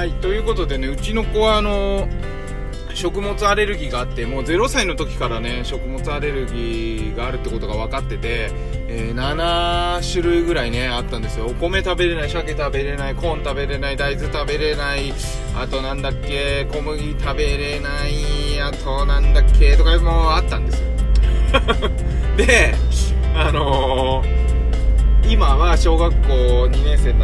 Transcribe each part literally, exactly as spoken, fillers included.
はい、ということでね、うちの子はあの食物アレルギーがあって、もうゼロさいの時からね食物アレルギーがあるってことが分かってて、えー、ななしゅるいぐらいねあったんですよ。お米食べれない、鮭食べれない、コーン食べれない、大豆食べれない、あとなんだっけ小麦食べれない、あとなんだっけとかもうあったんですよで、あのー、今は小学校にねん生になって、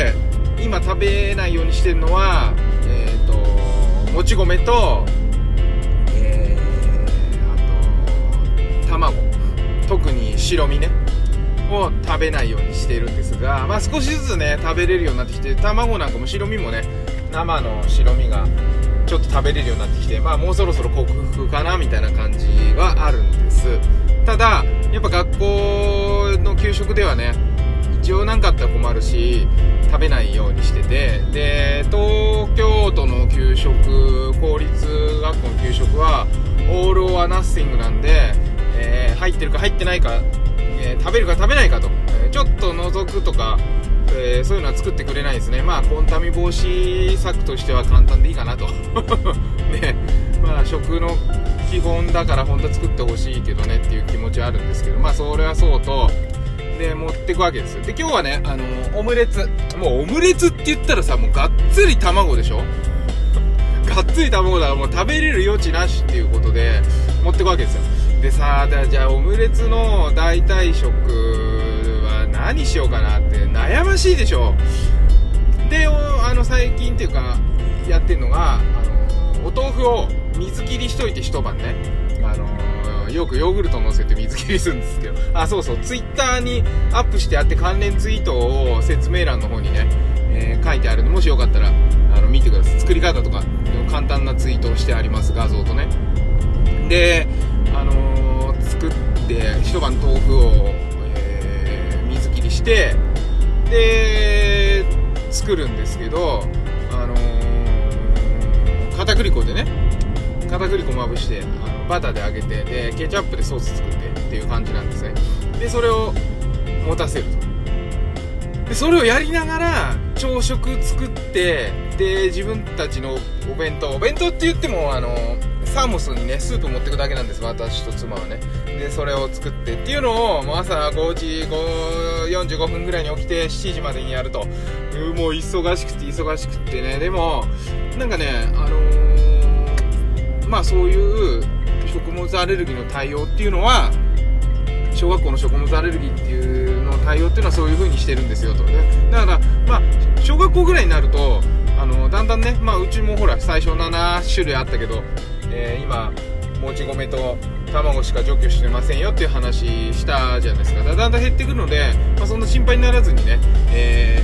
今食べないようにしてるのは、えーともち米と、えー、あと卵、特に白身ねを食べないようにしているんですが、まあ少しずつね食べれるようになってきて、卵なんかも白身もね生の白身がちょっと食べれるようになってきて、まあもうそろそろ克服かなみたいな感じはあるんです。ただやっぱ学校の給食ではね一応何かあったら困るし食べないようにしてて、で東京都の給食、公立学校の給食はオールオアナッシングなんで、えー、入ってるか入ってないか、えー、食べるか食べないかと、えー、ちょっと覗くとか、えー、そういうのは作ってくれないですね。まあコンタミ防止策としては簡単でいいかなとね、まあ食の基本だから本当は作ってほしいけどねっていう気持ちはあるんですけど、まあそれはそうとで持っていくわけですよ。で今日はね、あのー、オムレツ、もうオムレツって言ったらさ、もうがっつり卵でしょがっつり卵だからもう食べれる余地なしっていうことで持っていくわけですよ。でさあ、じゃあオムレツの代替食は何しようかなって悩ましいでしょ。であの最近っていうかやってるのが、あのー、お豆腐を水切りしといて一晩ね、あのーよくヨーグルト乗せて水切りするんですけど、あ、そうそう、ツイッターにアップしてあって、関連ツイートを説明欄の方にね、えー、書いてあるので、もしよかったらあの見てください。作り方とか簡単なツイートをしてあります、画像とね。で、あのー、作って一晩豆腐を、えー、水切りしてで作るんですけど、あのー、片栗粉でね片栗粉まぶして、あのバターで揚げて、でケチャップでソース作ってっていう感じなんですね。でそれを持たせると。でそれをやりながら朝食作って、で自分たちのお弁当お弁当って言っても、あのサーモスにねスープ持ってくだけなんです、私と妻はね。でそれを作ってっていうのをもう朝ごじよんじゅうごふんぐらいに起きてしちじまでにやると。もう忙しくて忙しくてね。でもなんかね、あのー、まあそういう食物アレルギーの対応っていうのは、小学校の食物アレルギーっていうの対応っていうのはそういう風にしてるんですよとね。だからまあ小学校ぐらいになると、あのだんだんね、まあうちもほら最初ななしゅるいあったけど、えー、今もち米と卵しか除去してませんよっていう話したじゃないですか。だ, だんだん減ってくるので、まあ、そんな心配にならずにね、え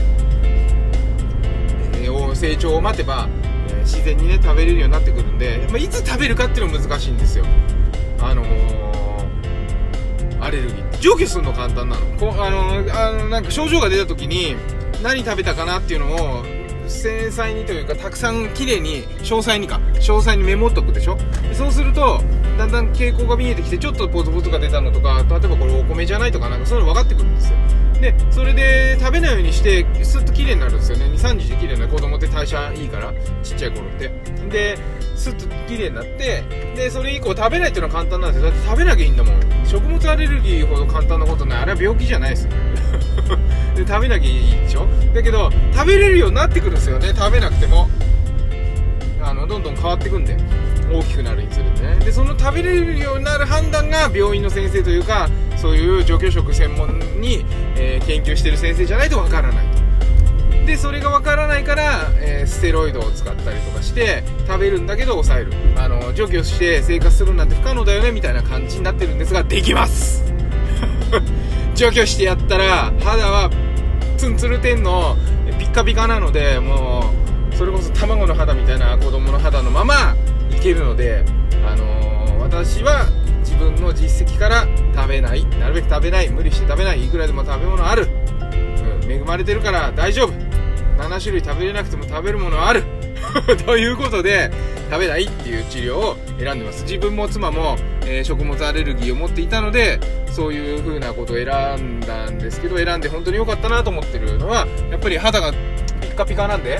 ーえー、成長を待てば、えー、自然にね食べれるようになってくるんで、まあ、いつ食べるかっていうのは難しいんですよ。あのー、アレルギーって除去するの簡単なの。こあのー、あのなんか症状が出た時に何食べたかなっていうのを繊細にというか、たくさんきれいに詳細にか詳細にメモっとくでしょ。でそうするとだんだん傾向が見えてきて、ちょっとポツポツが出たのとか、例えばこれお米じゃないとか、なんかそういうの分かってくるんですよ。でそれで食べないようにしてスッときれいになるんですよね。にさんにちできれいな、子供って代謝いいからちっちゃい頃って。でスッときれいになって、でそれ以降食べないっていうのは簡単なんですよ。だって食べなきゃいいんだもん。食物アレルギーほど簡単なことない。あれは病気じゃないですよで食べなきゃいいでしょ。だけど食べれるようになってくるんですよね。食べなくてもあのどんどん変わってくんで、大きくなるにつれてね。でその食べれるようになる判断が病院の先生というか、そういう除去食専門に、えー、研究してる先生じゃないとわからないと。でそれがわからないから、えー、ステロイドを使ったりとかして食べるんだけど抑える、あの除去して生活するなんて不可能だよねみたいな感じになってるんですが、できます除去してやったら肌はツンツルテンのピッカピカなので、もうそれこそ卵の肌みたいな子供の肌のままいけるので、あのー、私は自分の実績から食べない、なるべく食べない、無理して食べない、いくらでも食べ物ある、うん、恵まれてるから大丈夫、ななしゅるい食べれなくても食べるものはあるということで食べないっていう治療を選んでます。自分も妻も、えー、食物アレルギーを持っていたので、そういう風なことを選んだんですけど、選んで本当に良かったなと思ってるのは、やっぱり肌がピッカピカなんで、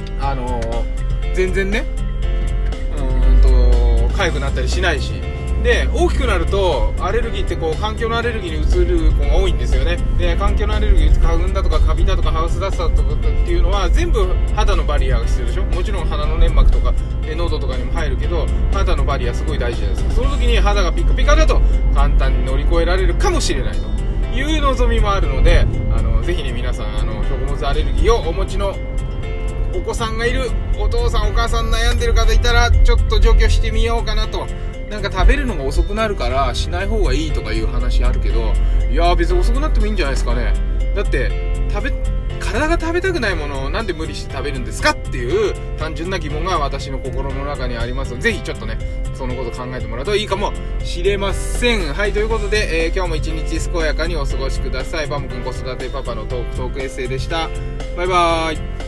あのー、全然ねうーんと痒くなったりしないし、で大きくなるとアレルギーってこう環境のアレルギーに移る子が多いんですよね。で環境のアレルギー、花粉だとかカビだとかハウスダストとかっていうのは全部肌のバリアが必要でしょ。もちろん鼻の粘膜とか喉とかにも入るけど、肌のバリアすごい大事じゃないですか。その時に肌がピカピカだと簡単に乗り越えられるかもしれないという望みもあるので、あのぜひね皆さんあの食物アレルギーをお持ちのお子さんがいるお父さんお母さん悩んでる方いたらちょっと除去してみようかなと。なんか食べるのが遅くなるからしない方がいいとかいう話あるけど、いやー別に遅くなってもいいんじゃないですかね。だって食べ体が食べたくないものをなんで無理して食べるんですかっていう単純な疑問が私の心の中にありますので、ぜひちょっとねそのこと考えてもらうといいかもしれません。はい、ということで、えー、今日も一日健やかにお過ごしください。バムくん子育てパパのトークトークエッセイでした。バイバーイ。